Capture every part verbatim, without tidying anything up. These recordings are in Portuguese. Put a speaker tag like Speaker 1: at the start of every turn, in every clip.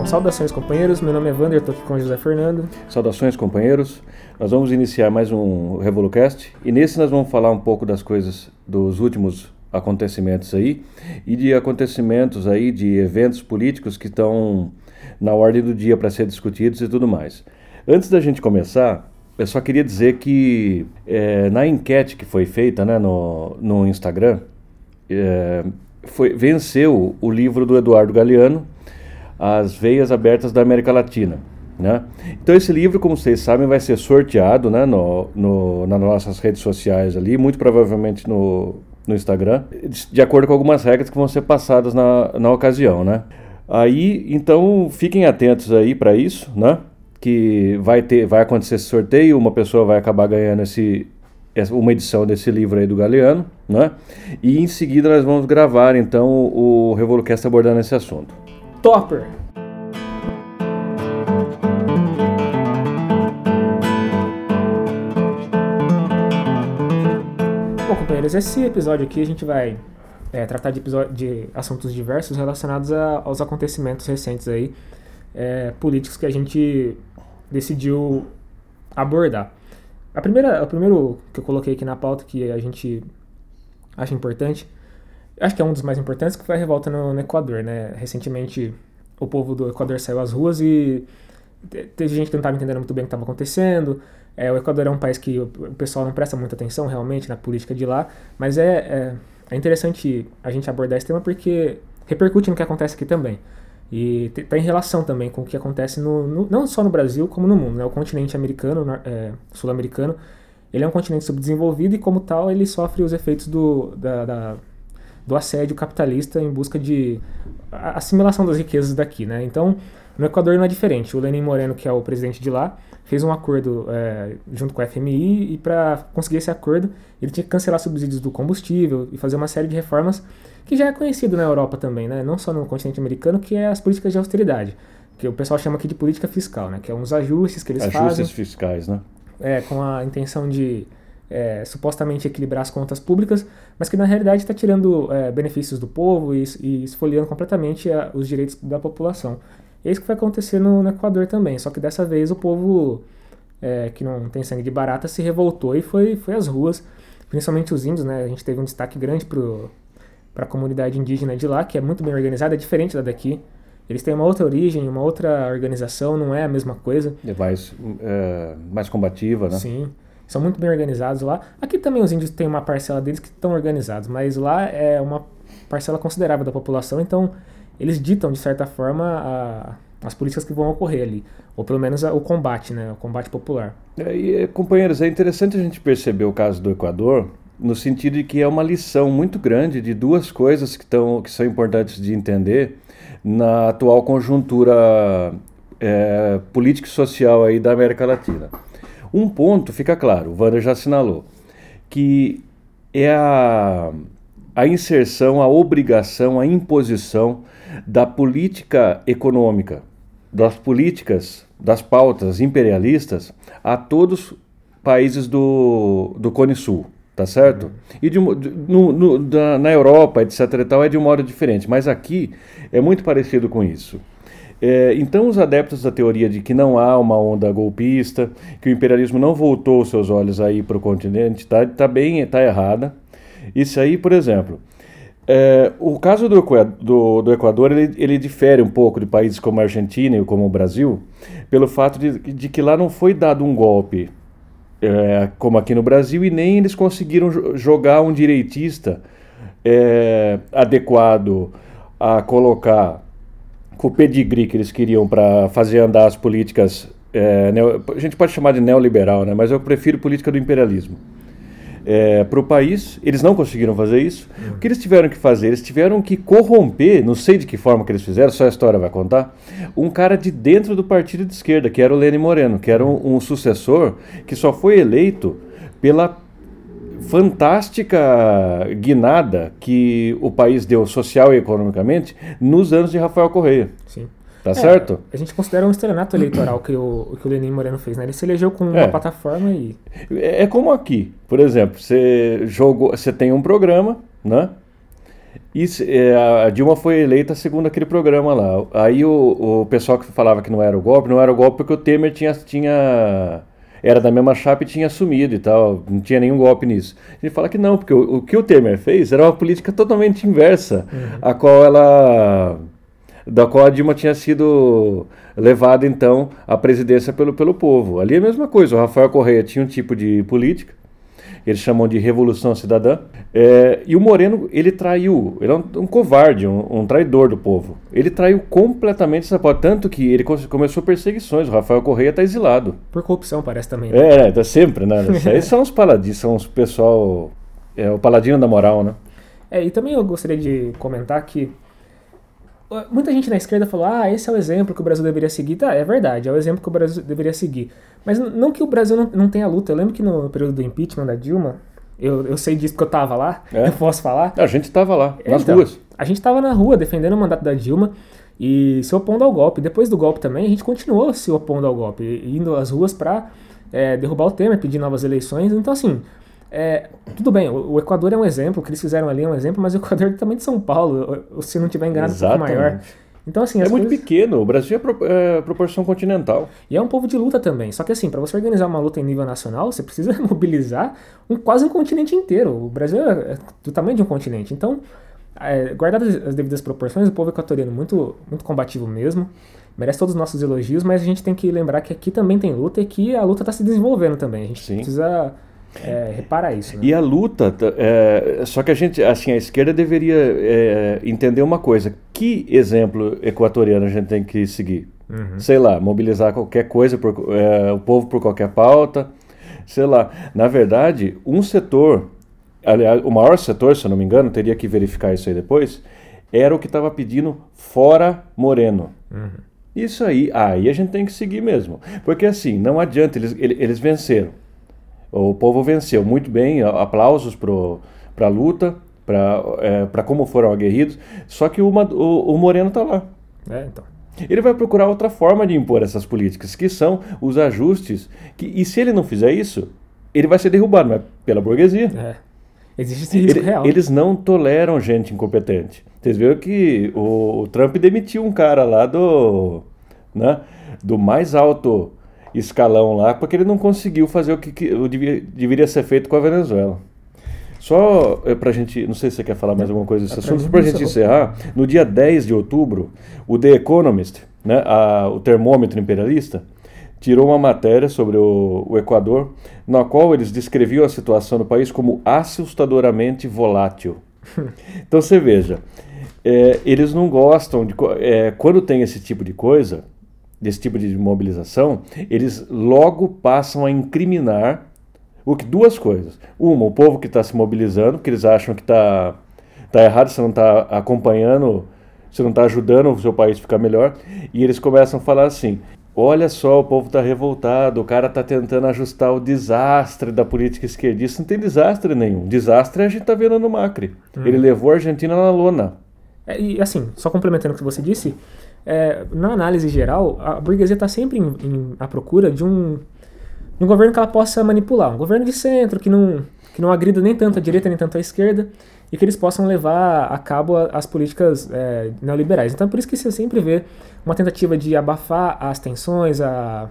Speaker 1: Saudações, companheiros, meu nome é Wander, estou aqui com o José Fernando.
Speaker 2: Saudações, companheiros. Nós vamos iniciar mais um RevoluCast e nesse nós vamos falar um pouco das coisas dos últimos acontecimentos aí e de acontecimentos aí, de eventos políticos que estão na ordem do dia para ser discutidos e tudo mais. Antes da gente começar, eu só queria dizer que é, na enquete que foi feita, né, no, no Instagram, é, foi, venceu o livro do Eduardo Galeano, As Veias Abertas da América Latina, né? Então esse livro, como vocês sabem, vai ser sorteado, né, no, no, nas nossas redes sociais ali, muito provavelmente no, no Instagram, de acordo com algumas regras que vão ser passadas na, na ocasião, né? Aí, então, fiquem atentos aí para isso, né? Que vai, ter, vai acontecer esse sorteio, uma pessoa vai acabar ganhando esse, uma edição desse livro aí do Galeano, né? E em seguida nós vamos gravar, então, o RevoluCast abordando esse assunto.
Speaker 1: Topper! Bom, companheiros, esse episódio aqui a gente vai é, tratar de, episódio, de assuntos diversos relacionados a, aos acontecimentos recentes aí, é, políticos que a gente decidiu abordar. A primeira, o primeiro que eu coloquei aqui na pauta que a gente acha importante, acho que é um dos mais importantes, que foi a revolta no, no Equador, né? Recentemente o povo do Equador saiu às ruas e teve gente que não estava entendendo muito bem o que estava acontecendo. É, o Equador é um país que o pessoal não presta muita atenção realmente na política de lá, mas é, é, é interessante a gente abordar esse tema porque repercute no que acontece aqui também. E está em relação também com o que acontece no, no, não só no Brasil, como no mundo, né? O continente americano, é, sul-americano, ele é um continente subdesenvolvido e, como tal, ele sofre os efeitos do, da, da, do assédio capitalista em busca de assimilação das riquezas daqui, né? Então, no Equador não é diferente. O Lenín Moreno, que é o presidente de lá, fez um acordo é, junto com a F M I e para conseguir esse acordo ele tinha que cancelar subsídios do combustível e fazer uma série de reformas que já é conhecido na Europa também, né? Não só no continente americano, que é as políticas de austeridade, que o pessoal chama aqui de política fiscal, né? Que é uns ajustes que eles
Speaker 2: ajustes
Speaker 1: fazem.
Speaker 2: Ajustes fiscais, né?
Speaker 1: É, com a intenção de é, supostamente equilibrar as contas públicas, mas que na realidade está tirando é, benefícios do povo e, e esfoliando completamente a, os direitos da população. É isso que vai acontecer no, no Equador também, só que dessa vez o povo é, que não tem sangue de barata se revoltou e foi, foi às ruas, principalmente os índios, né? A gente teve um destaque grande para a comunidade indígena de lá, que é muito bem organizada, é diferente da daqui. Eles têm uma outra origem, uma outra organização, não é a mesma coisa.
Speaker 2: É mais, é, mais combativa, né?
Speaker 1: Sim, são muito bem organizados lá. Aqui também os índios têm uma parcela deles que estão organizados, mas lá é uma parcela considerável da população, então eles ditam, de certa forma, a, as políticas que vão ocorrer ali. Ou pelo menos a, o combate, né? O combate popular.
Speaker 2: É, e, companheiros, é interessante a gente perceber o caso do Equador, no sentido de que é uma lição muito grande de duas coisas que, tão, que são importantes de entender na atual conjuntura é, política e social aí da América Latina. Um ponto fica claro, o Wander já assinalou, que é a, a inserção, a obrigação, a imposição da política econômica, das políticas, das pautas imperialistas a todos os países do, do Cone Sul, tá certo? Uhum. E de, no, no, da, na Europa, etc e tal, é de um modo diferente, mas aqui é muito parecido com isso. É, então os adeptos da teoria de que não há uma onda golpista, que o imperialismo não voltou os seus olhos aí para o continente, tá, tá bem, tá errada. Isso aí, por exemplo, é, o caso do, do, do Equador, ele, ele difere um pouco de países como a Argentina e como o Brasil, pelo fato de, de que lá não foi dado um golpe, é, como aqui no Brasil, e nem eles conseguiram jogar um direitista é, adequado a colocar com o pedigree que eles queriam para fazer andar as políticas, é, neo, a gente pode chamar de neoliberal, né, mas eu prefiro política do imperialismo. É, para o país, eles não conseguiram fazer isso. Uhum. O que eles tiveram que fazer? Eles tiveram que corromper, não sei de que forma que eles fizeram, só a história vai contar, um cara de dentro do partido de esquerda, que era o Lenín Moreno, que era um, um sucessor que só foi eleito pela fantástica guinada que o país deu social e economicamente nos anos de Rafael Correia.
Speaker 1: Sim.
Speaker 2: Tá
Speaker 1: é,
Speaker 2: certo?
Speaker 1: A gente considera um estelionato eleitoral que o, que o Lenín Moreno fez, né? Ele se elegeu com uma
Speaker 2: é.
Speaker 1: plataforma e...
Speaker 2: É como aqui, por exemplo, você jogou, você tem um programa, né? Isso, é, a Dilma foi eleita segundo aquele programa lá. Aí o, o pessoal que falava que não era o golpe, não era o golpe porque o Temer tinha, tinha era da mesma chapa e tinha assumido e tal, não tinha nenhum golpe nisso. A gente fala que não, porque o, o que o Temer fez era uma política totalmente inversa, uhum. a qual ela, da qual a Dilma tinha sido levada então à presidência pelo, pelo povo. Ali é a mesma coisa, o Rafael Correia tinha um tipo de política, eles chamam de Revolução Cidadã. É, e o Moreno, ele traiu, ele é um, um covarde, um, um traidor do povo. Ele traiu completamente essa porta, tanto que ele começou perseguições. O Rafael Correia está exilado.
Speaker 1: Por corrupção, parece também. Né?
Speaker 2: É, tá sempre, né? Esses são os paladinos, são os pessoal, é o paladino da moral, né?
Speaker 1: É, e também eu gostaria de comentar que muita gente na esquerda falou, ah, esse é o exemplo que o Brasil deveria seguir. Tá, é verdade, é o exemplo que o Brasil deveria seguir. Mas não que o Brasil não, não tenha luta. Eu lembro que no período do impeachment da Dilma, eu, eu sei disso porque eu tava lá, é. eu posso falar.
Speaker 2: A gente tava lá, nas
Speaker 1: então,
Speaker 2: ruas.
Speaker 1: A gente tava na rua defendendo o mandato da Dilma e se opondo ao golpe. Depois do golpe também, a gente continuou se opondo ao golpe, indo às ruas pra é, derrubar o Temer, pedir novas eleições. Então, assim, é, tudo bem, o, o Equador é um exemplo, o que eles fizeram ali é um exemplo, mas o Equador é também de São Paulo, se não estiver enganado, é um pouco maior. Então, assim,
Speaker 2: é
Speaker 1: as
Speaker 2: muito
Speaker 1: coisas...
Speaker 2: pequeno, o Brasil é, pro, é proporção continental.
Speaker 1: E é um povo de luta também. Só que assim, para você organizar uma luta em nível nacional, você precisa mobilizar um, quase um continente inteiro. O Brasil é do tamanho de um continente. Então, é, guardadas as devidas proporções, o povo equatoriano muito, muito combativo mesmo, merece todos os nossos elogios, mas a gente tem que lembrar que aqui também tem luta e que a luta está se desenvolvendo também. A gente Sim. precisa... É, repara isso, né?
Speaker 2: E a luta, é, só que a gente, assim, a esquerda deveria é, entender uma coisa, que exemplo equatoriano a gente tem que seguir? Uhum. Sei lá, mobilizar qualquer coisa, por, é, o povo por qualquer pauta, sei lá. Na verdade, um setor, aliás, o maior setor, se eu não me engano, teria que verificar isso aí depois, era o que estava pedindo fora Moreno. Uhum. Isso aí, aí a gente tem que seguir mesmo, porque assim, não adianta, eles, eles venceram. O povo venceu muito bem, aplausos para a luta, para é, como foram aguerridos, só que uma, o, o Moreno está lá.
Speaker 1: É, então.
Speaker 2: Ele vai procurar outra forma de impor essas políticas, que são os ajustes, que, e se ele não fizer isso, ele vai ser derrubado, mas pela burguesia.
Speaker 1: É. Existe esse risco
Speaker 2: ele,
Speaker 1: real.
Speaker 2: Eles não toleram gente incompetente. Vocês viram que o, o Trump demitiu um cara lá do, né, do mais alto... escalão lá, porque ele não conseguiu fazer o que, que o devia, deveria ser feito com a Venezuela. Só é, pra gente, não sei se você quer falar mais alguma coisa desse assunto, só pra gente encerrar, no dia dez de outubro, o The Economist, né, a, o termômetro imperialista, tirou uma matéria sobre o, o Equador, na qual eles descreviam a situação do país como assustadoramente volátil. Então você veja, é, eles não gostam de... É, quando tem esse tipo de coisa, desse tipo de mobilização, eles logo passam a incriminar o que, duas coisas. Uma, o povo que está se mobilizando, porque eles acham que está tá errado, você não está acompanhando, você não está ajudando o seu país a ficar melhor, e eles começam a falar assim, olha só, o povo está revoltado, o cara está tentando ajustar o desastre da política esquerdista. Não tem desastre nenhum. Desastre a gente está vendo no Macri. Hum. Ele levou a Argentina na lona.
Speaker 1: É, e assim, só complementando o que você disse, É, na análise geral, a burguesia está sempre em, em, à procura de um, de um governo que ela possa manipular. Um governo de centro, que não, que não agrida nem tanto a direita nem tanto a esquerda, e que eles possam levar a cabo a, as políticas é, neoliberais. Então é por isso que você sempre vê uma tentativa de abafar as tensões, a,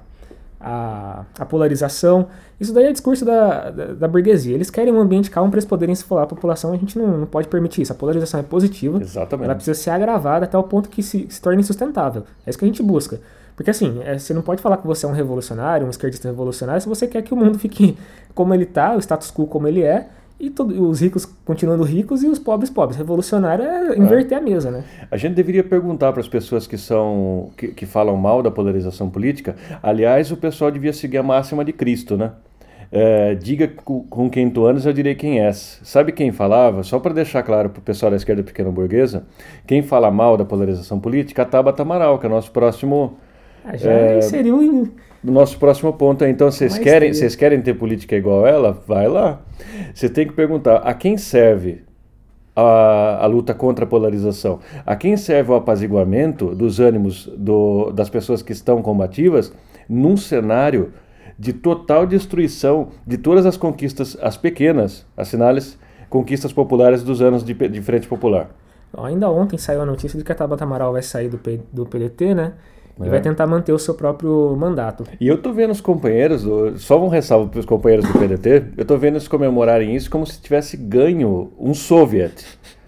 Speaker 1: a, a polarização. Isso daí é discurso da, da, da burguesia. Eles querem um ambiente calmo para eles poderem se falar a população. A gente não, não pode permitir isso. A polarização é positiva.
Speaker 2: Exatamente.
Speaker 1: Ela precisa ser agravada até o ponto que se, se torne insustentável. É isso que a gente busca. Porque assim, é, você não pode falar que você é um revolucionário, um esquerdista revolucionário, se você quer que o mundo fique como ele está, o status quo como ele é, e todo, os ricos continuando ricos e os pobres pobres. Revolucionário é inverter é. a mesa, né?
Speaker 2: A gente deveria perguntar para as pessoas que são que, que falam mal da polarização política. Aliás, o pessoal devia seguir a máxima de Cristo, né? É, diga com quem tu andas, eu direi quem és. Sabe quem falava? Só para deixar claro para o pessoal da esquerda pequena burguesa, quem fala mal da polarização política, a Tabata Amaral, que é o nosso próximo...
Speaker 1: Ah, já é, inseriu em...
Speaker 2: O nosso próximo ponto é, então, vocês querem, vocês querem ter política igual ela? Vai lá. Você tem que perguntar, a quem serve a, a luta contra a polarização? A quem serve o apaziguamento dos ânimos do, das pessoas que estão combativas num cenário de total destruição de todas as conquistas, as pequenas, assinales, conquistas populares dos anos de, de Frente Popular.
Speaker 1: Ainda ontem saiu a notícia de que a Tabata Amaral vai sair do, P, do P D T, né? E
Speaker 2: É.
Speaker 1: vai tentar manter o seu próprio mandato.
Speaker 2: E eu tô vendo os companheiros, do- só um ressalvo para os companheiros do P D T, eu tô vendo eles comemorarem isso como se tivesse ganho um soviet.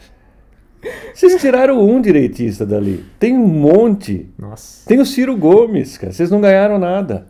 Speaker 2: Vocês tiraram um direitista dali. Tem um monte.
Speaker 1: Nossa.
Speaker 2: Tem o Ciro Gomes, cara. Vocês não ganharam nada.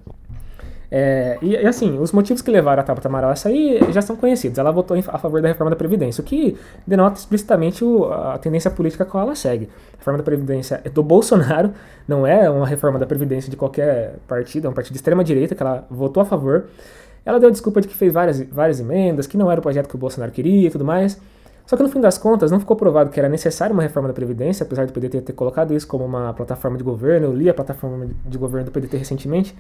Speaker 1: É, e, e assim, os motivos que levaram a Tabata Amaral a sair já são conhecidos. Ela votou em- a favor da reforma da Previdência, o que denota explicitamente o- a tendência política a qual ela segue. A reforma da Previdência é do Bolsonaro, não é uma reforma da Previdência de qualquer partido, é um partido de extrema-direita que ela votou a favor. Ela deu a desculpa de que fez várias, várias emendas, que não era o projeto que o Bolsonaro queria e tudo mais. Só que no fim das contas não ficou provado que era necessária uma reforma da Previdência, apesar do P D T ter colocado isso como uma plataforma de governo. Eu li a plataforma de governo do P D T recentemente.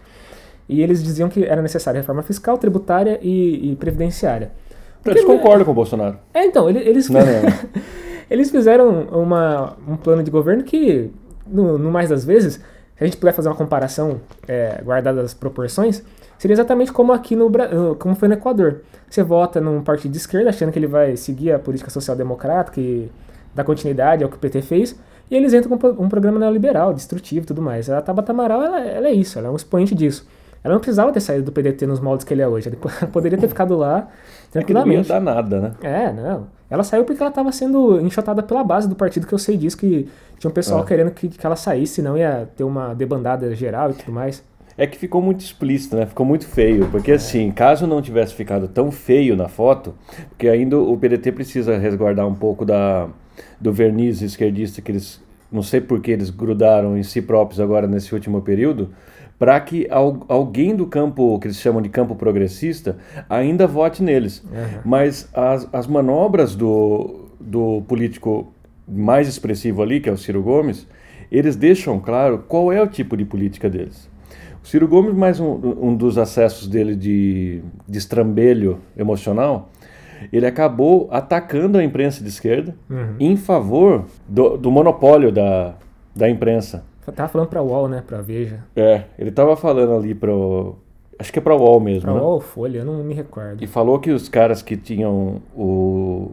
Speaker 1: E eles diziam que era necessária reforma fiscal, tributária e, e previdenciária.
Speaker 2: Eles concordam com o Bolsonaro.
Speaker 1: É, então, ele- eles,
Speaker 2: Não, não, não.
Speaker 1: eles fizeram uma, um plano de governo que, no, no mais das vezes, se a gente puder fazer uma comparação é, guardada as proporções, seria exatamente como aqui no Bra- como foi no Equador. Você vota num partido de esquerda achando que ele vai seguir a política social-democrata, que dá continuidade ao que o P T fez, e eles entram com um programa neoliberal, destrutivo e tudo mais. A Tabata Amaral, ela, ela é isso, ela é um expoente disso. Ela não precisava ter saído do P D T nos moldes que ele é hoje. Ela poderia ter ficado lá
Speaker 2: É que não ia
Speaker 1: tranquilamente.
Speaker 2: dar nada, né?
Speaker 1: É, não. Ela saiu porque ela estava sendo enxotada pela base do partido, que eu sei disso, que tinha um pessoal
Speaker 2: É.
Speaker 1: querendo que, que ela saísse, senão ia ter uma debandada geral e tudo mais.
Speaker 2: É que ficou muito explícito, né? Ficou muito feio. Porque assim, caso não tivesse ficado tão feio na foto, porque ainda o P D T precisa resguardar um pouco da, do verniz esquerdista que eles, não sei por que eles grudaram em si próprios agora nesse último período, para que al- alguém do campo, que eles chamam de campo progressista, ainda vote neles.
Speaker 1: Uhum.
Speaker 2: Mas as, as manobras do, do político mais expressivo ali, que é o Ciro Gomes, eles deixam claro qual é o tipo de política deles. O Ciro Gomes, mais um, um dos acessos dele de, de estrambelho emocional, ele acabou atacando a imprensa de esquerda
Speaker 1: Uhum.
Speaker 2: em favor do, do monopólio da, da imprensa.
Speaker 1: Eu tava falando pra U O L, né? Pra Veja.
Speaker 2: É, ele tava falando ali pro... Acho que é pra U O L mesmo,
Speaker 1: Pra
Speaker 2: né?
Speaker 1: U O L ou Folha, eu não me recordo.
Speaker 2: E falou que os caras que tinham o,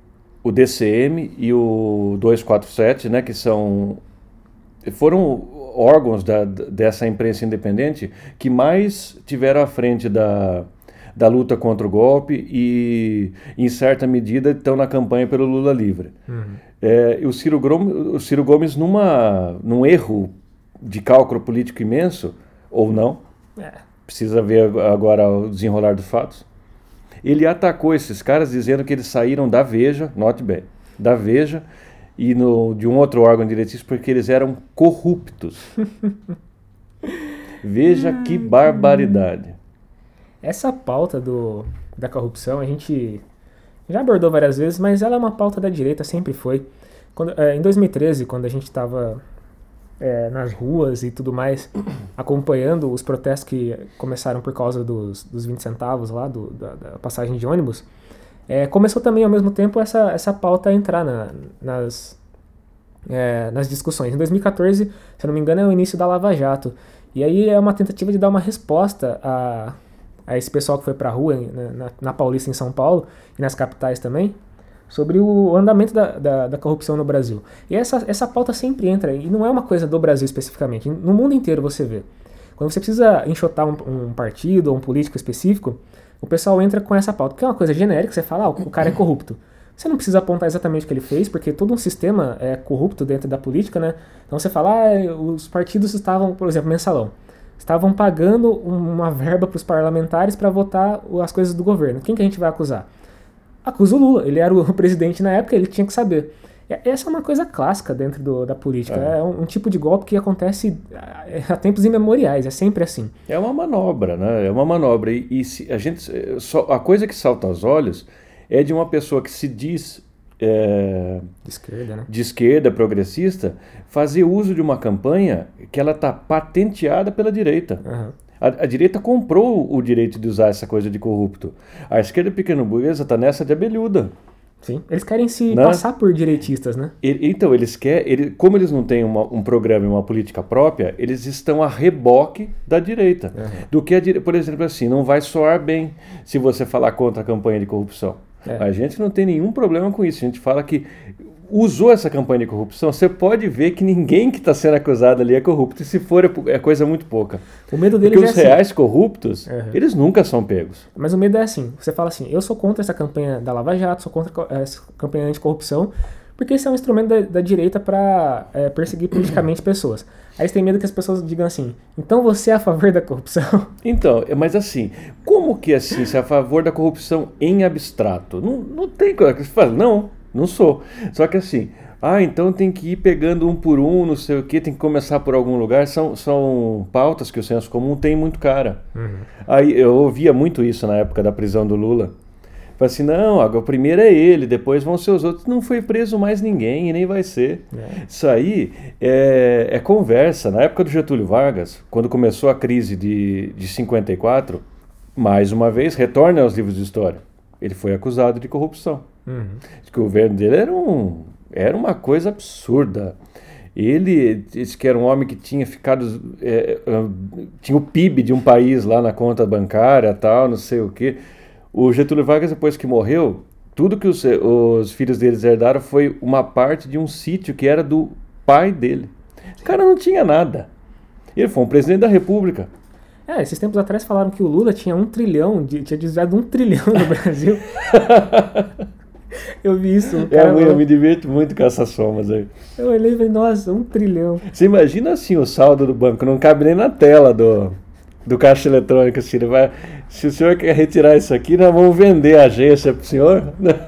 Speaker 2: o D C M e o duzentos e quarenta e sete, né, que são... Foram órgãos da, dessa imprensa independente que mais tiveram à frente da, da luta contra o golpe e, em certa medida, estão na campanha pelo Lula livre.
Speaker 1: Uhum.
Speaker 2: É, e o Ciro, Gomes, o Ciro Gomes, numa, num erro de cálculo político imenso, ou não,
Speaker 1: É.
Speaker 2: precisa ver agora o desenrolar dos fatos, ele atacou esses caras dizendo que eles saíram da Veja, note bem, da Veja e no, de um outro órgão diretício porque eles eram corruptos. Veja que barbaridade.
Speaker 1: Essa pauta do, da corrupção a gente já abordou várias vezes, mas ela é uma pauta da direita, sempre foi. Quando, é, em dois mil e treze, quando a gente estava é, nas ruas e tudo mais, acompanhando os protestos que começaram por causa dos, dos vinte centavos lá, do, da, da passagem de ônibus, é, começou também ao mesmo tempo essa, essa pauta a entrar na, nas, é, nas discussões. Em dois mil e quatorze, se eu não me engano, é o início da Lava Jato. E aí é uma tentativa de dar uma resposta a, a esse pessoal que foi pra rua, na, na, na Paulista, em São Paulo, e nas capitais também, sobre o andamento da, da, da corrupção no Brasil. E essa, essa pauta sempre entra, e não é uma coisa do Brasil especificamente, no mundo inteiro você vê. Quando você precisa enxotar um, um partido ou um político específico, o pessoal entra com essa pauta, porque é uma coisa genérica, você fala, ah, o cara é corrupto. Você não precisa apontar exatamente o que ele fez, porque todo um sistema é corrupto dentro da política, né? Então você fala, ah, os partidos estavam, por exemplo, mensalão, estavam pagando uma verba para os parlamentares para votar as coisas do governo. Quem que a gente vai acusar? Acusa o Lula, ele era o presidente na época, ele tinha que saber. Essa é uma coisa clássica dentro do, da política, é, é um, um tipo de golpe que acontece há tempos imemoriais, é sempre assim.
Speaker 2: É uma manobra, né? É uma manobra. E, e se a gente, só, a coisa que salta aos olhos é de uma pessoa que se diz é,
Speaker 1: de esquerda, né?
Speaker 2: de esquerda, progressista, fazer uso de uma campanha que ela está patenteada pela direita.
Speaker 1: Uhum.
Speaker 2: A, a direita comprou o direito de usar essa coisa de corrupto. A esquerda pequeno-burguesa está nessa de abelhuda.
Speaker 1: Sim, eles querem se
Speaker 2: Né?
Speaker 1: passar por direitistas, né?
Speaker 2: E, então, eles querem, ele, como eles não têm uma, um programa e uma política própria, eles estão a reboque da direita.
Speaker 1: Uhum.
Speaker 2: Do que a direita, por exemplo, assim, não vai soar bem se você falar contra a campanha de corrupção. É. A gente não tem nenhum problema com isso. A gente fala que usou essa campanha de corrupção, você pode ver que ninguém que está sendo acusado ali é corrupto, e se for é coisa muito pouca.
Speaker 1: O medo deles
Speaker 2: Porque os
Speaker 1: é
Speaker 2: reais
Speaker 1: assim.
Speaker 2: corruptos, uhum. eles nunca são pegos.
Speaker 1: Mas o medo é assim, você fala assim, eu sou contra essa campanha da Lava Jato, sou contra essa campanha anticorrupção, porque esse é um instrumento da, da direita para é, perseguir politicamente pessoas. Aí você tem medo que as pessoas digam assim, então você é a favor da corrupção?
Speaker 2: Então, mas assim, como que assim, você é a favor da corrupção em abstrato? Não, não tem coisa que você fala, não, não sou. Só que assim, ah, então tem que ir pegando um por um, não sei o que, tem que começar por algum lugar, são, são pautas que o senso comum tem muito cara. Uhum. Aí eu ouvia muito isso na época da prisão do Lula. Falei assim, não, agora o primeiro é ele, depois vão ser os outros. Não foi preso mais ninguém e nem vai ser. É. Isso aí é, é conversa. Na época do Getúlio Vargas, quando começou a crise de, de cinquenta e quatro, mais uma vez, retorne aos livros de história. Ele foi acusado de corrupção. Uhum. Que o governo dele era, um, era uma coisa absurda. Ele disse que era um homem que tinha ficado... É, tinha o P I B de um país lá na conta bancária, tal, não sei o quê. O Getúlio Vargas, depois que morreu, tudo que os, os filhos deles herdaram foi uma parte de um sítio que era do pai dele. O cara não tinha nada. Ele foi um presidente da República.
Speaker 1: É, esses tempos atrás falaram que o Lula tinha um trilhão, de, tinha desviado um trilhão no Brasil. Eu vi isso.
Speaker 2: Cara, é, eu me divirto muito com essas somas aí.
Speaker 1: Eu olhei e falei, nossa, um trilhão.
Speaker 2: Você imagina assim o saldo do banco, não cabe nem na tela do... do caixa eletrônico, assim, ele vai, se o senhor quer retirar isso aqui, nós vamos vender a agência pro senhor.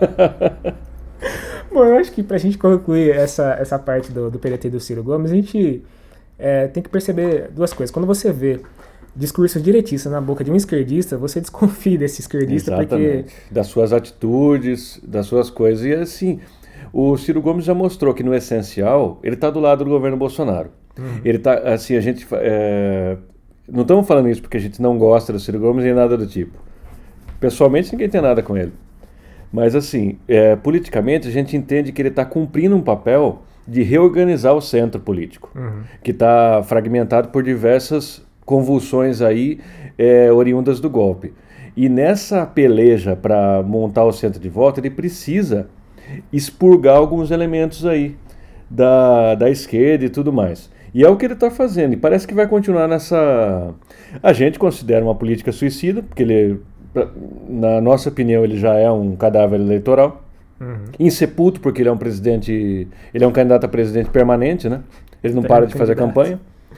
Speaker 1: Bom, eu acho que pra gente concluir essa, essa parte do, do P D T e do Ciro Gomes, a gente é, tem que perceber duas coisas. Quando você vê discurso direitista na boca de um esquerdista, você desconfia desse esquerdista.
Speaker 2: Exatamente. Porque... das suas atitudes, das suas coisas. E assim, o Ciro Gomes já mostrou que no essencial, ele tá do lado do governo Bolsonaro. Uhum. Ele tá, assim, a gente... É... não estamos falando isso porque a gente não gosta do Ciro Gomes nem nada do tipo. Pessoalmente, ninguém tem nada com ele. Mas, assim, é, politicamente, a gente entende que ele está cumprindo um papel de reorganizar o centro político, uhum. que está fragmentado por diversas convulsões aí, é, oriundas do golpe. E nessa peleja para montar o centro de volta, ele precisa expurgar alguns elementos aí da, da esquerda e tudo mais. E é o que ele está fazendo, e parece que vai continuar nessa... A gente considera uma política suicida, porque ele, na nossa opinião, ele já é um cadáver eleitoral. Uhum. Insepulto, porque ele é um presidente... Ele é um candidato a presidente permanente, né? Ele não Tem para de fazer campanha.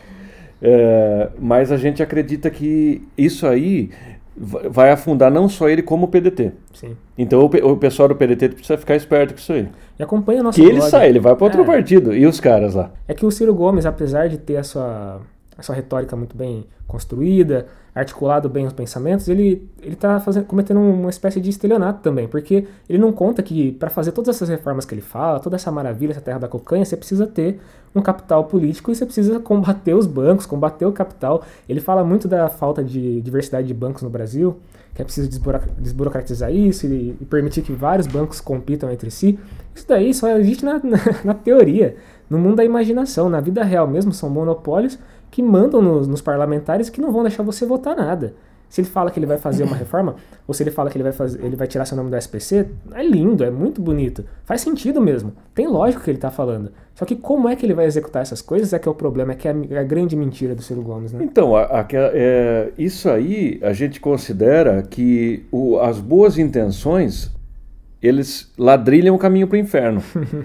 Speaker 2: É, mas a gente acredita que isso aí vai afundar não só ele, como o P D T.
Speaker 1: Sim.
Speaker 2: Então o, o pessoal do P D T precisa ficar esperto com isso aí.
Speaker 1: E acompanha a nossa
Speaker 2: Que blog. Ele sai, ele vai para outro é. partido. E os caras lá?
Speaker 1: É que o Ciro Gomes, apesar de ter a sua, a sua retórica muito bem construída, articulado bem os pensamentos, ele ele tá fazendo, cometendo uma espécie de estelionato também, porque ele não conta que para fazer todas essas reformas que ele fala, toda essa maravilha, essa terra da cocanha, você precisa ter um capital político e você precisa combater os bancos, combater o capital. Ele fala muito da falta de diversidade de bancos no Brasil, que é preciso desburocratizar isso e, e permitir que vários bancos compitam entre si. Isso daí só existe na, na, na teoria, no mundo da imaginação. Na vida real mesmo, são monopólios que mandam nos, nos parlamentares que não vão deixar você votar nada. Se ele fala que ele vai fazer uma reforma, ou se ele fala que ele vai, fazer, ele vai tirar seu nome do S P C, é lindo, é muito bonito. Faz sentido mesmo. Tem lógico que ele está falando. Só que como é que ele vai executar essas coisas é que é o problema, é que é a, a grande mentira do Ciro Gomes, né?
Speaker 2: Então, a, a, é, isso aí a gente considera que o, as boas intenções, eles ladrilham o caminho para o inferno.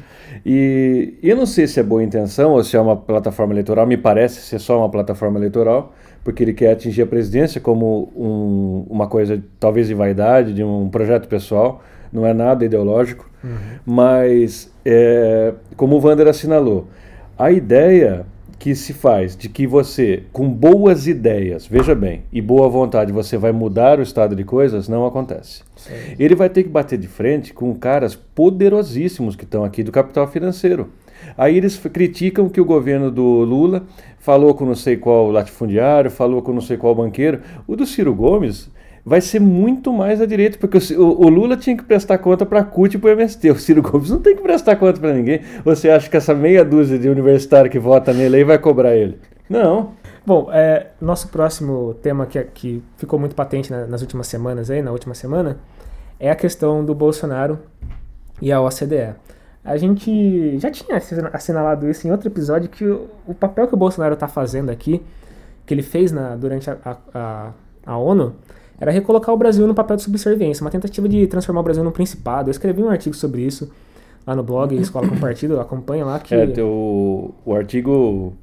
Speaker 2: E eu não sei se é boa intenção ou se é uma plataforma eleitoral, me parece ser só uma plataforma eleitoral, porque ele quer atingir a presidência como um, uma coisa talvez de vaidade, de um projeto pessoal, não é nada ideológico, uhum. Mas é, como o Wander assinalou, a ideia que se faz de que você, com boas ideias, veja bem, e boa vontade, você vai mudar o estado de coisas, não acontece. Sim. Ele vai ter que bater de frente com caras poderosíssimos que estão aqui do capital financeiro. Aí eles criticam que o governo do Lula falou com não sei qual latifundiário, falou com não sei qual banqueiro. O do Ciro Gomes vai ser muito mais à direita, porque o, o Lula tinha que prestar conta para a C U T e para o M S T. O Ciro Gomes não tem que prestar conta para ninguém. Você acha que essa meia dúzia de universitário que vota nele aí vai cobrar ele? Não.
Speaker 1: Bom, é, nosso próximo tema que, que ficou muito patente na, nas últimas semanas, aí, na última semana, é a questão do Bolsonaro e a O C D E. A gente já tinha assinalado isso em outro episódio, que o, o papel que o Bolsonaro está fazendo aqui, que ele fez na, durante a, a, a ONU, era recolocar o Brasil no papel de subserviência, uma tentativa de transformar o Brasil num principado. Eu escrevi um artigo sobre isso lá no blog Escola com Partido, acompanha lá. Que...
Speaker 2: É, o, o artigo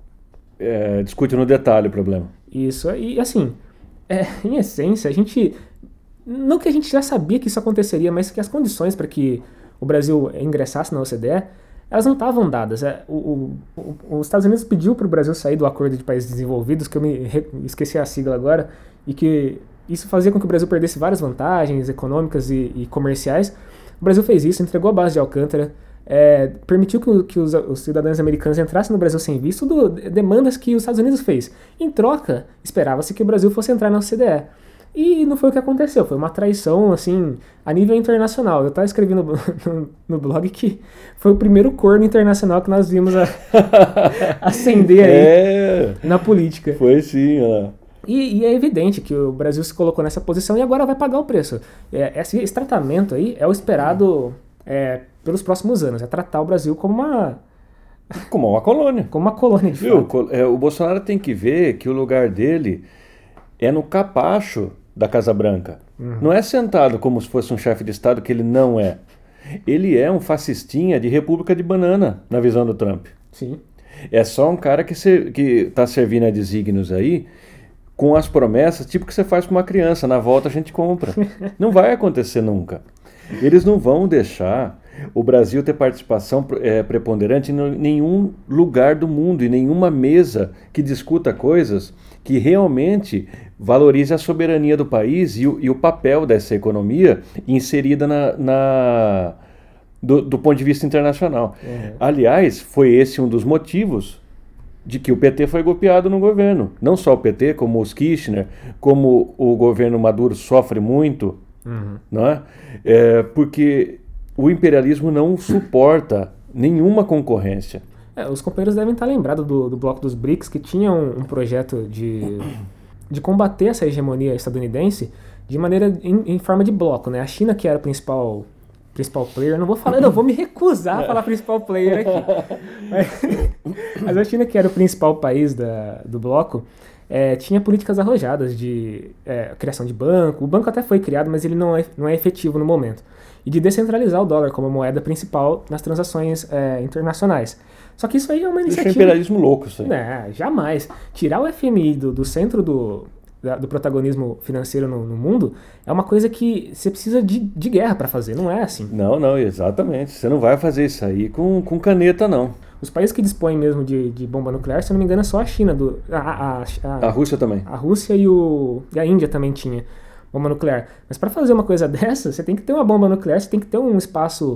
Speaker 2: é, discute no detalhe o problema.
Speaker 1: Isso, e assim, é, em essência, a gente... Não que a gente já sabia que isso aconteceria, mas que as condições para que o Brasil ingressasse na O C D E, elas não estavam dadas. É, o, o, o, os Estados Unidos pediu para o Brasil sair do Acordo de Países Desenvolvidos, que eu me re, esqueci a sigla agora, e que isso fazia com que o Brasil perdesse várias vantagens econômicas e, e comerciais. O Brasil fez isso, entregou a base de Alcântara, é, permitiu que, que os, os cidadãos americanos entrassem no Brasil sem visto, do, demandas que os Estados Unidos fez. Em troca, esperava-se que o Brasil fosse entrar na O C D E. E não foi o que aconteceu, foi uma traição, assim, a nível internacional. Eu estava escrevendo no, no, no blog que foi o primeiro corno internacional que nós vimos a, acender aí
Speaker 2: é,
Speaker 1: na política.
Speaker 2: Foi sim, ó.
Speaker 1: E, e é evidente que o Brasil se colocou nessa posição e agora vai pagar o preço. É, esse, esse tratamento aí é o esperado é, pelos próximos anos, é tratar o Brasil como uma...
Speaker 2: Como uma colônia.
Speaker 1: Como uma colônia, de
Speaker 2: Viu?
Speaker 1: fato.
Speaker 2: É, o Bolsonaro tem que ver que o lugar dele é no capacho da Casa Branca. Uhum. Não é sentado como se fosse um chefe de Estado, que ele não é. Ele é um fascistinha de república de banana, na visão do Trump.
Speaker 1: Sim.
Speaker 2: É só um cara que está servindo a desígnios aí, com as promessas, tipo que você faz com uma criança, na volta a gente compra. Não vai acontecer nunca. Eles não vão deixar o Brasil ter participação é, preponderante em nenhum lugar do mundo, em nenhuma mesa que discuta coisas que realmente valorize a soberania do país e o, e o papel dessa economia inserida na, na, do, do ponto de vista internacional. Uhum. Aliás, foi esse um dos motivos de que o P T foi golpeado no governo. Não só o P T, como os Kirchner, como o governo Maduro sofre muito, uhum. não é? É, porque o imperialismo não suporta nenhuma concorrência.
Speaker 1: É, os companheiros devem estar lembrados do, do bloco dos BRICS, que tinha um, um projeto de, de combater essa hegemonia estadunidense de maneira em, em forma de bloco, né? A China, que era o principal, principal player, não vou falar, não, vou me recusar a falar principal player aqui. Mas, mas a China, que era o principal país da, do bloco, é, tinha políticas arrojadas de é, criação de banco. O banco até foi criado, mas ele não é, não é efetivo no momento. E de descentralizar o dólar como moeda principal nas transações é, internacionais. Só que isso aí é uma iniciativa...
Speaker 2: Isso é imperialismo louco, isso aí.
Speaker 1: Não, jamais. Tirar o F M I do, do centro do, da, do protagonismo financeiro no, no mundo é uma coisa que você precisa de, de guerra para fazer, não é assim.
Speaker 2: Não, não, exatamente. Você não vai fazer isso aí com, com caneta, não.
Speaker 1: Os países que dispõem mesmo de, de bomba nuclear, se eu não me engano, é só a China. Do, a, a, a,
Speaker 2: a Rússia também.
Speaker 1: A Rússia e, o, e a Índia também tinha bomba nuclear. Mas para fazer uma coisa dessa, você tem que ter uma bomba nuclear, você tem que ter um espaço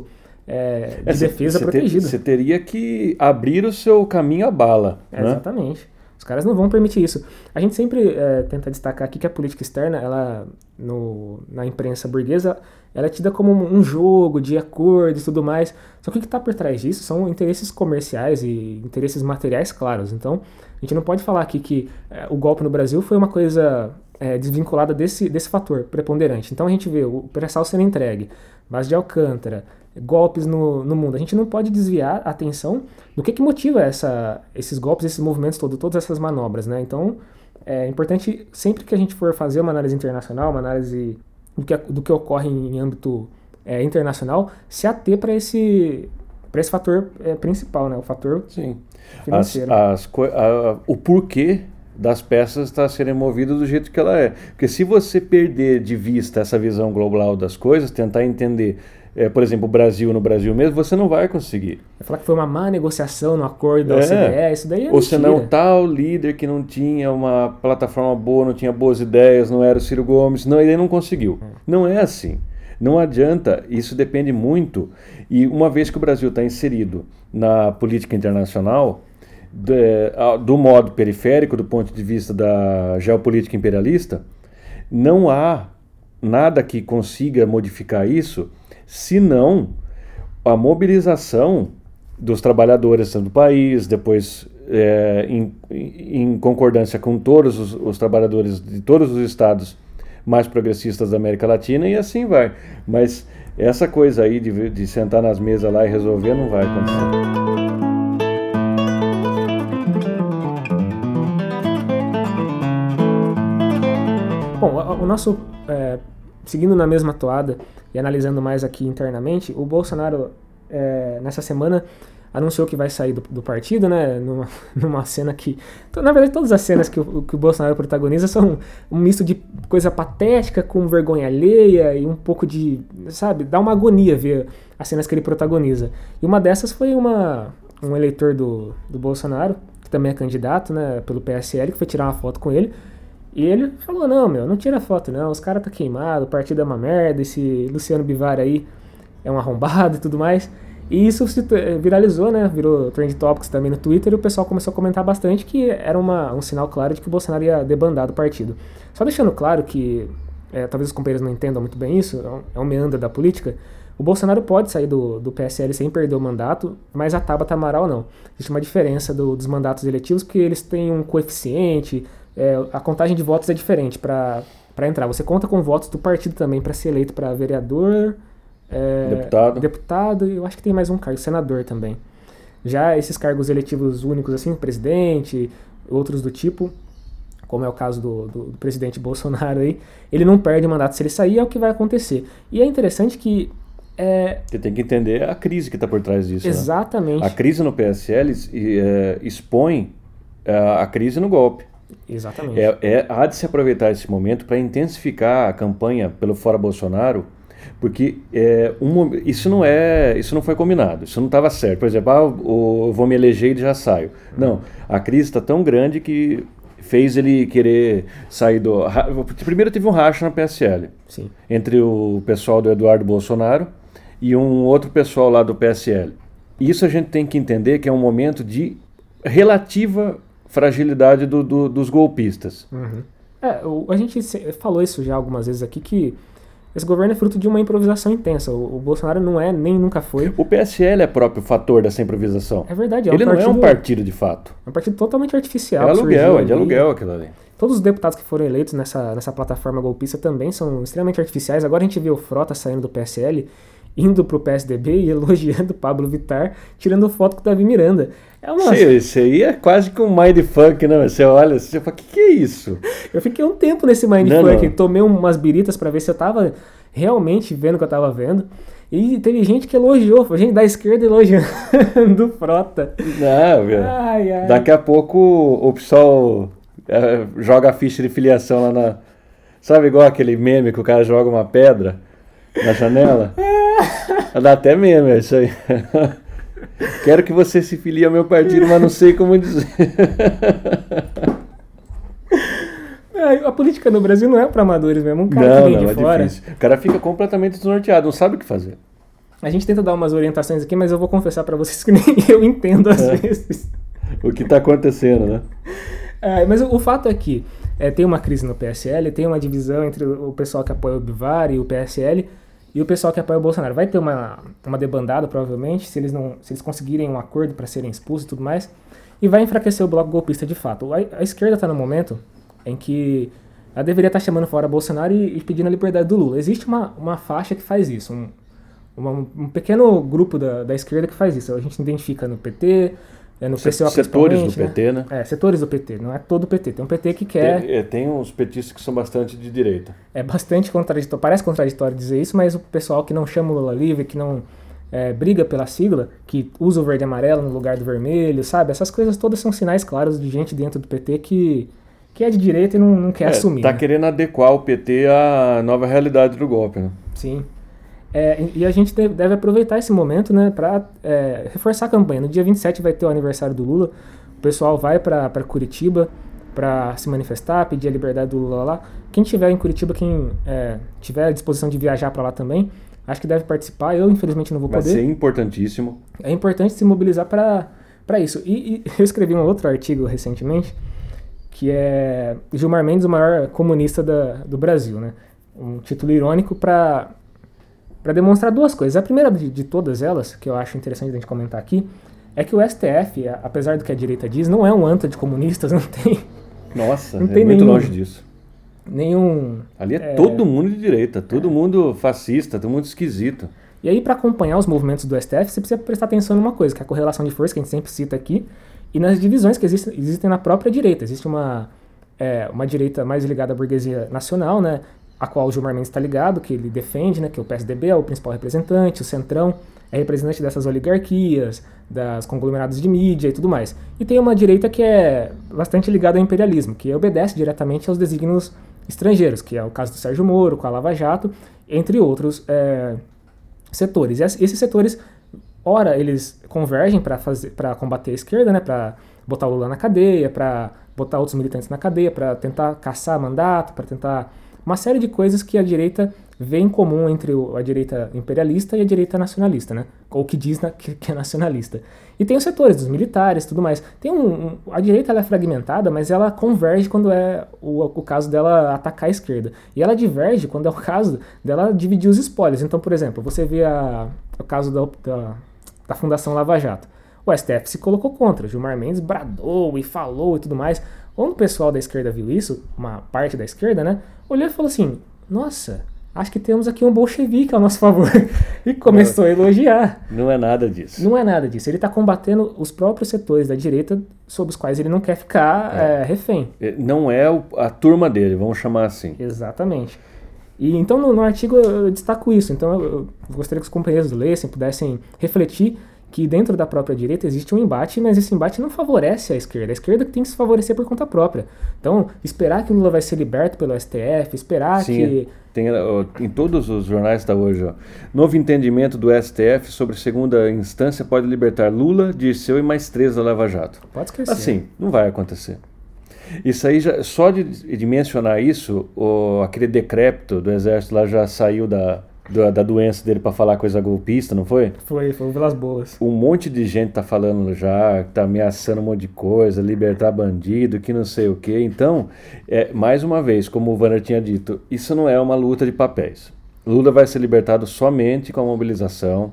Speaker 1: é, de é, defesa cê, protegido.
Speaker 2: Você ter, teria que abrir o seu caminho à bala.
Speaker 1: É,
Speaker 2: né?
Speaker 1: Exatamente. Os caras não vão permitir isso. A gente sempre é, tenta destacar aqui que a política externa, ela, no, na imprensa burguesa, ela é tida como um jogo de acordos e tudo mais. Só que o que está por trás disso são interesses comerciais e interesses materiais claros. Então, a gente não pode falar aqui que é, o golpe no Brasil foi uma coisa é, desvinculada desse, desse fator preponderante. Então, a gente vê o pré-sal sendo entregue, base de Alcântara, golpes no, no mundo. A gente não pode desviar a atenção do que, que motiva essa, esses golpes, esses movimentos todos, todas essas manobras, né? Então, é importante, sempre que a gente for fazer uma análise internacional, uma análise do que, do que ocorre em âmbito é, internacional, se ater para esse, para esse fator é, principal, né? O fator
Speaker 2: Sim.
Speaker 1: financeiro.
Speaker 2: As, as, a, o porquê das peças está serem movidas do jeito que ela é. Porque se você perder de vista essa visão global das coisas, tentar entender... É, por exemplo, o Brasil no Brasil mesmo, você não vai conseguir.
Speaker 1: Vai falar que foi uma má negociação no acordo da é. O C D E, isso daí é
Speaker 2: Ou
Speaker 1: mentira.
Speaker 2: senão tal líder que não tinha uma plataforma boa, não tinha boas ideias, não era o Ciro Gomes, não, ele não conseguiu. Hum. Não é assim. Não adianta, isso depende muito. E uma vez que o Brasil está inserido na política internacional, de, do modo periférico, do ponto de vista da geopolítica imperialista, não há nada que consiga modificar isso, senão a mobilização dos trabalhadores do país, depois é, em, em concordância com todos os, os trabalhadores de todos os estados mais progressistas da América Latina, e assim vai. Mas essa coisa aí de, de sentar nas mesas lá e resolver não vai acontecer.
Speaker 1: Bom, o, o nosso... É, seguindo na mesma toada e analisando mais aqui internamente, o Bolsonaro, é, nessa semana, anunciou que vai sair do, do partido, né, numa, numa cena que... Na verdade, todas as cenas que o, que o Bolsonaro protagoniza são um misto de coisa patética com vergonha alheia e um pouco de, sabe, dá uma agonia ver as cenas que ele protagoniza. E uma dessas foi uma, um eleitor do, do Bolsonaro, que também é candidato, né, pelo P S L, que foi tirar uma foto com ele. E ele falou, não, meu, não tira foto não, os caras tá queimado, o partido é uma merda, esse Luciano Bivar aí é um arrombado e tudo mais. E isso se viralizou, né, virou Trend Topics também no Twitter, e o pessoal começou a comentar bastante que era uma, um sinal claro de que o Bolsonaro ia debandar do partido. Só deixando claro que, é, talvez os companheiros não entendam muito bem isso, é um meandro da política, o Bolsonaro pode sair do, do P S L sem perder o mandato, mas a Tabata Amaral não. Existe uma diferença do, dos mandatos eletivos, porque eles têm um coeficiente... É, a contagem de votos é diferente para entrar. Você conta com votos do partido também para ser eleito para vereador, é,
Speaker 2: deputado.
Speaker 1: deputado, e eu acho que tem mais um cargo, senador também. Já esses cargos eletivos únicos, assim, presidente, outros do tipo, como é o caso do, do, do presidente Bolsonaro aí, ele não perde o mandato se ele sair, é o que vai acontecer. E é interessante que... É...
Speaker 2: Você tem que entender a crise que está por trás disso.
Speaker 1: Exatamente.
Speaker 2: Né? A crise no P S L é, expõe a, a crise no golpe.
Speaker 1: Exatamente.
Speaker 2: É, é, há de se aproveitar esse momento para intensificar a campanha pelo Fora Bolsonaro, porque é, um, isso, não é, isso não foi combinado, isso não estava certo. Por exemplo, ah, eu vou me eleger e já saio. Não, a crise está tão grande que fez ele querer sair do... Primeiro teve um racha na P S L,
Speaker 1: Sim.
Speaker 2: entre o pessoal do Eduardo Bolsonaro e um outro pessoal lá do P S L. Isso a gente tem que entender que é um momento de relativa fragilidade do, do, dos golpistas.
Speaker 1: Uhum. É, o, a gente falou isso já algumas vezes aqui, que esse governo é fruto de uma improvisação intensa. O, o Bolsonaro não é, nem nunca foi.
Speaker 2: O P S L é próprio fator dessa improvisação.
Speaker 1: É verdade. É um
Speaker 2: Ele
Speaker 1: partido,
Speaker 2: não é um partido de fato.
Speaker 1: É um partido totalmente artificial.
Speaker 2: É aluguel, é de aluguel aquilo ali.
Speaker 1: Todos os deputados que foram eleitos nessa, nessa plataforma golpista também são extremamente artificiais. Agora a gente vê o Frota saindo do P S L, indo pro P S D B e elogiando o Pablo Vittar, tirando foto com o Davi Miranda. É uma...
Speaker 2: Sim, isso aí é quase que um mindfuck, né? Você olha, você fala, o que, que é isso?
Speaker 1: Eu fiquei um tempo nesse mindfuck, tomei umas biritas pra ver se eu tava realmente vendo o que eu tava vendo. E teve gente que elogiou, foi gente da esquerda elogiando o Frota.
Speaker 2: Não, viu?
Speaker 1: Ai, ai.
Speaker 2: Daqui a pouco o pessoal é, joga a ficha de filiação lá na... Sabe igual aquele meme que o cara joga uma pedra na janela? Dá até meme, é isso aí. Quero que você se filie ao meu partido, mas não sei como dizer.
Speaker 1: A política no Brasil não é para amadores mesmo, um cara
Speaker 2: não,
Speaker 1: que vem
Speaker 2: não,
Speaker 1: de
Speaker 2: é
Speaker 1: fora.
Speaker 2: Difícil. O cara fica completamente desnorteado, não sabe o que fazer.
Speaker 1: A gente tenta dar umas orientações aqui, mas eu vou confessar para vocês que nem eu entendo às
Speaker 2: é.
Speaker 1: vezes.
Speaker 2: O que está acontecendo, né?
Speaker 1: É, mas o, o fato é que é, tem uma crise no P S L, tem uma divisão entre o pessoal que apoia o Bivar e o P S L e o pessoal que apoia o Bolsonaro. Vai ter uma, uma debandada, provavelmente, se eles, não, se eles conseguirem um acordo para serem expulsos e tudo mais, e vai enfraquecer o bloco golpista de fato. A, a esquerda está no momento em que ela deveria estar tá chamando fora Bolsonaro e, e pedindo a liberdade do Lula. Existe uma, uma faixa que faz isso, um, uma, um pequeno grupo da, da esquerda que faz isso. A gente identifica no P T, é, no P C O
Speaker 2: setores do
Speaker 1: né?
Speaker 2: P T, né?
Speaker 1: É, setores do P T, não é todo o P T. Tem um P T que quer...
Speaker 2: Tem, tem uns petistas que são bastante de direita.
Speaker 1: É bastante contraditório, parece contraditório dizer isso, mas o pessoal que não chama o Lula livre, que não é, briga pela sigla, que usa o verde e amarelo no lugar do vermelho, sabe? Essas coisas todas são sinais claros de gente dentro do P T que, que é de direita e não, não quer
Speaker 2: é,
Speaker 1: assumir.
Speaker 2: Tá
Speaker 1: né?
Speaker 2: querendo adequar o P T à nova realidade do golpe, né?
Speaker 1: Sim. É, e a gente deve aproveitar esse momento, né, para é, reforçar a campanha. No dia vinte e sete vai ter o aniversário do Lula, o pessoal vai para Curitiba para se manifestar, pedir a liberdade do Lula lá. Quem estiver em Curitiba, quem é, tiver a disposição de viajar para lá também, acho que deve participar. Eu, infelizmente, não vou
Speaker 2: vai
Speaker 1: poder.
Speaker 2: Vai ser importantíssimo.
Speaker 1: É importante se mobilizar para isso. E, e eu escrevi um outro artigo recentemente, que é Gilmar Mendes, o maior comunista da, do Brasil, né? Um título irônico para... para demonstrar duas coisas. A primeira de, de todas elas, que eu acho interessante a gente comentar aqui, é que o S T F, apesar do que a direita diz, não é um anta de comunistas, não tem...
Speaker 2: Nossa,
Speaker 1: não
Speaker 2: é
Speaker 1: tem
Speaker 2: muito
Speaker 1: nenhum,
Speaker 2: longe disso.
Speaker 1: nenhum...
Speaker 2: Ali é, é todo mundo de direita, todo é. mundo fascista, todo mundo esquisito.
Speaker 1: E aí, para acompanhar os movimentos do S T F, você precisa prestar atenção numa coisa, que é a correlação de força, que a gente sempre cita aqui, e nas divisões que existem, existem na própria direita. Existe uma, é, uma direita mais ligada à burguesia nacional, né, a qual o Gilmar Mendes está ligado, que ele defende, né, que o P S D B é o principal representante, o Centrão é representante dessas oligarquias, das conglomerados de mídia e tudo mais. E tem uma direita que é bastante ligada ao imperialismo, que obedece diretamente aos desígnios estrangeiros, que é o caso do Sérgio Moro, com a Lava Jato, entre outros é, setores. E esses setores, ora, eles convergem para combater a esquerda, né, para botar o Lula na cadeia, para botar outros militantes na cadeia, para tentar caçar mandato, para tentar... Uma série de coisas que a direita vê em comum entre a direita imperialista e a direita nacionalista, né? Ou que diz na, que, que é nacionalista. E tem os setores dos militares e tudo mais. Tem um, um, a direita ela é fragmentada, mas ela converge quando é o, o caso dela atacar a esquerda. E ela diverge quando é o caso dela dividir os espólios. Então, por exemplo, você vê a, o caso da, da, da Fundação Lava Jato. O S T F se colocou contra. Gilmar Mendes bradou e falou e tudo mais. Quando o pessoal da esquerda viu isso, uma parte da esquerda, né, olhou e falou assim, nossa, acho que temos aqui um bolchevique ao nosso favor. E começou a elogiar.
Speaker 2: Não é nada disso.
Speaker 1: Não é nada disso. Ele está combatendo os próprios setores da direita sobre os quais ele não quer ficar é. É, refém.
Speaker 2: Não é a turma dele, vamos chamar assim.
Speaker 1: Exatamente. E então no, no artigo eu destaco isso. Então eu, eu gostaria que os companheiros lessem, pudessem refletir que dentro da própria direita existe um embate, mas esse embate não favorece a esquerda. A esquerda que tem que se favorecer por conta própria. Então, esperar que o Lula vai ser liberto pelo S T F, esperar
Speaker 2: Sim,
Speaker 1: que...
Speaker 2: Tem, em todos os jornais está hoje, ó. Novo entendimento do S T F sobre segunda instância pode libertar Lula, Dirceu e mais três da Lava Jato.
Speaker 1: Pode esquecer.
Speaker 2: Assim, não vai acontecer. Isso aí, já, só de, de mencionar isso, o, aquele decrépito do Exército lá já saiu da... Da, da doença dele para falar coisa golpista, não foi?
Speaker 1: Foi, foi pelas boas.
Speaker 2: Um monte de gente tá falando já, tá ameaçando um monte de coisa, libertar bandido, que não sei o quê. Então, é, mais uma vez, como o Vanner tinha dito, isso não é uma luta de papéis. Lula vai ser libertado somente com a mobilização.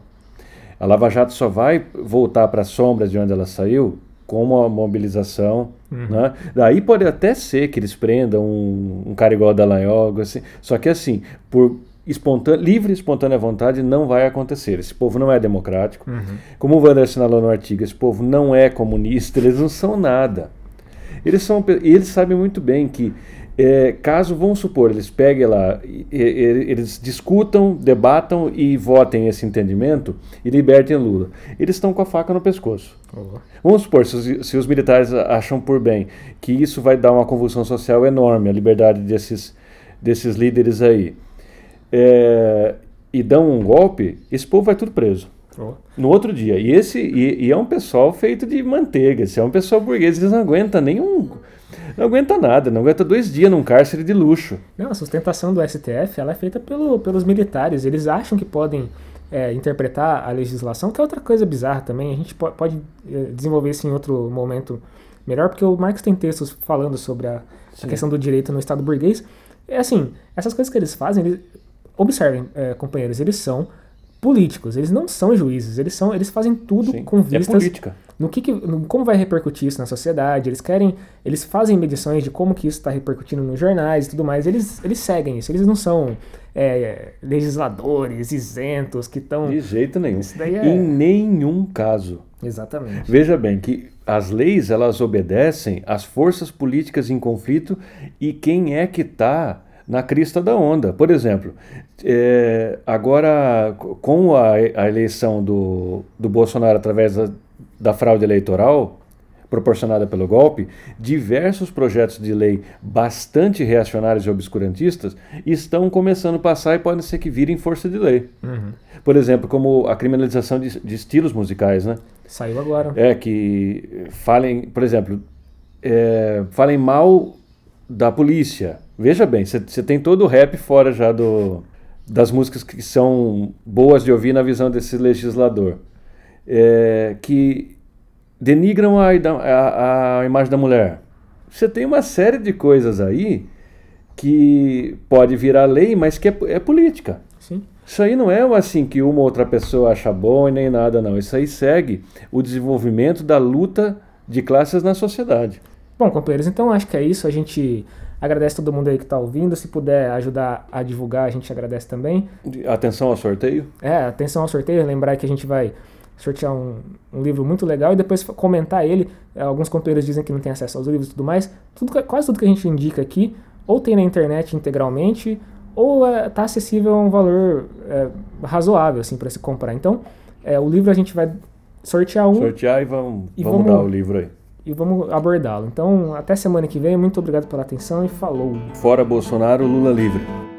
Speaker 2: A Lava Jato só vai voltar para as sombras de onde ela saiu com a mobilização. Uhum. Né? Daí pode até ser que eles prendam um, um cara igual o Dallagnol, assim. Só que assim, por... Espontânea, livre e espontânea vontade não vai acontecer. Esse povo não é democrático. Uhum. Como o Wander assinalou no artigo, esse povo não é comunista, eles não são nada. Eles, são, eles sabem muito bem que, é, caso, vamos supor, eles peguem lá, e, e, eles discutam, debatam e votem esse entendimento e libertem Lula. Eles estão com a faca no pescoço. Uhum. Vamos supor, se os, se os militares acham por bem que isso vai dar uma convulsão social enorme, a liberdade desses, desses líderes aí, É, e dão um golpe, esse povo vai tudo preso. Oh. No outro dia. E, esse, e, e é um pessoal feito de manteiga, esse é um pessoal burguês, eles não aguentam nenhum... Não aguenta nada, não aguenta dois dias num cárcere de luxo.
Speaker 1: Não, a sustentação do S T F ela é feita pelo, pelos militares, eles acham que podem é, interpretar a legislação, que é outra coisa bizarra também, a gente pode, pode é, desenvolver isso em outro momento melhor, porque o Marx tem textos falando sobre a, a questão do direito no Estado burguês. É assim, essas coisas que eles fazem... Eles, observem, é, companheiros, eles são políticos, eles não são juízes, eles, são, eles fazem tudo Sim, com vistas...
Speaker 2: É política.
Speaker 1: No que, que no, como vai repercutir isso na sociedade, eles querem, eles fazem medições de como que isso está repercutindo nos jornais e tudo mais, eles, eles seguem isso, eles não são é, legisladores isentos que estão...
Speaker 2: De jeito nenhum,
Speaker 1: é...
Speaker 2: em nenhum caso.
Speaker 1: Exatamente.
Speaker 2: Veja bem que as leis, elas obedecem às forças políticas em conflito e quem é que está... na crista da onda. Por exemplo, é, agora com a, a eleição do, do Bolsonaro através da, da fraude eleitoral proporcionada pelo golpe, diversos projetos de lei bastante reacionários e obscurantistas estão começando a passar e podem ser que virem força de lei. Uhum. Por exemplo, como a criminalização de, de estilos musicais, né?
Speaker 1: Saiu agora.
Speaker 2: É, que falem, por exemplo, é, falem mal da polícia. Veja bem, você tem todo o rap fora já do, das músicas que são boas de ouvir na visão desse legislador, é, que denigram a, a, a imagem da mulher. Você tem uma série de coisas aí que pode virar lei, mas que é, é política.
Speaker 1: Sim.
Speaker 2: Isso aí não é assim que uma outra pessoa acha bom e nem nada, não. Isso aí segue o desenvolvimento da luta de classes na sociedade.
Speaker 1: Bom, companheiros, então acho que é isso. A gente Agradece todo mundo aí que está ouvindo. Se puder ajudar a divulgar, a gente agradece também.
Speaker 2: Atenção ao sorteio.
Speaker 1: É, atenção ao sorteio. Lembrar que a gente vai sortear um, um livro muito legal e depois comentar ele. Alguns companheiros dizem que não tem acesso aos livros e tudo mais. Tudo, quase tudo que a gente indica aqui ou tem na internet integralmente ou está é, acessível a um valor é, razoável assim, para se comprar. Então, é, o livro a gente vai sortear um.
Speaker 2: Sortear e vamos,
Speaker 1: e
Speaker 2: vamos, vamos dar o livro aí.
Speaker 1: E vamos abordá-lo. Então, até semana que vem. Muito obrigado pela atenção e falou!
Speaker 2: Fora Bolsonaro, Lula livre.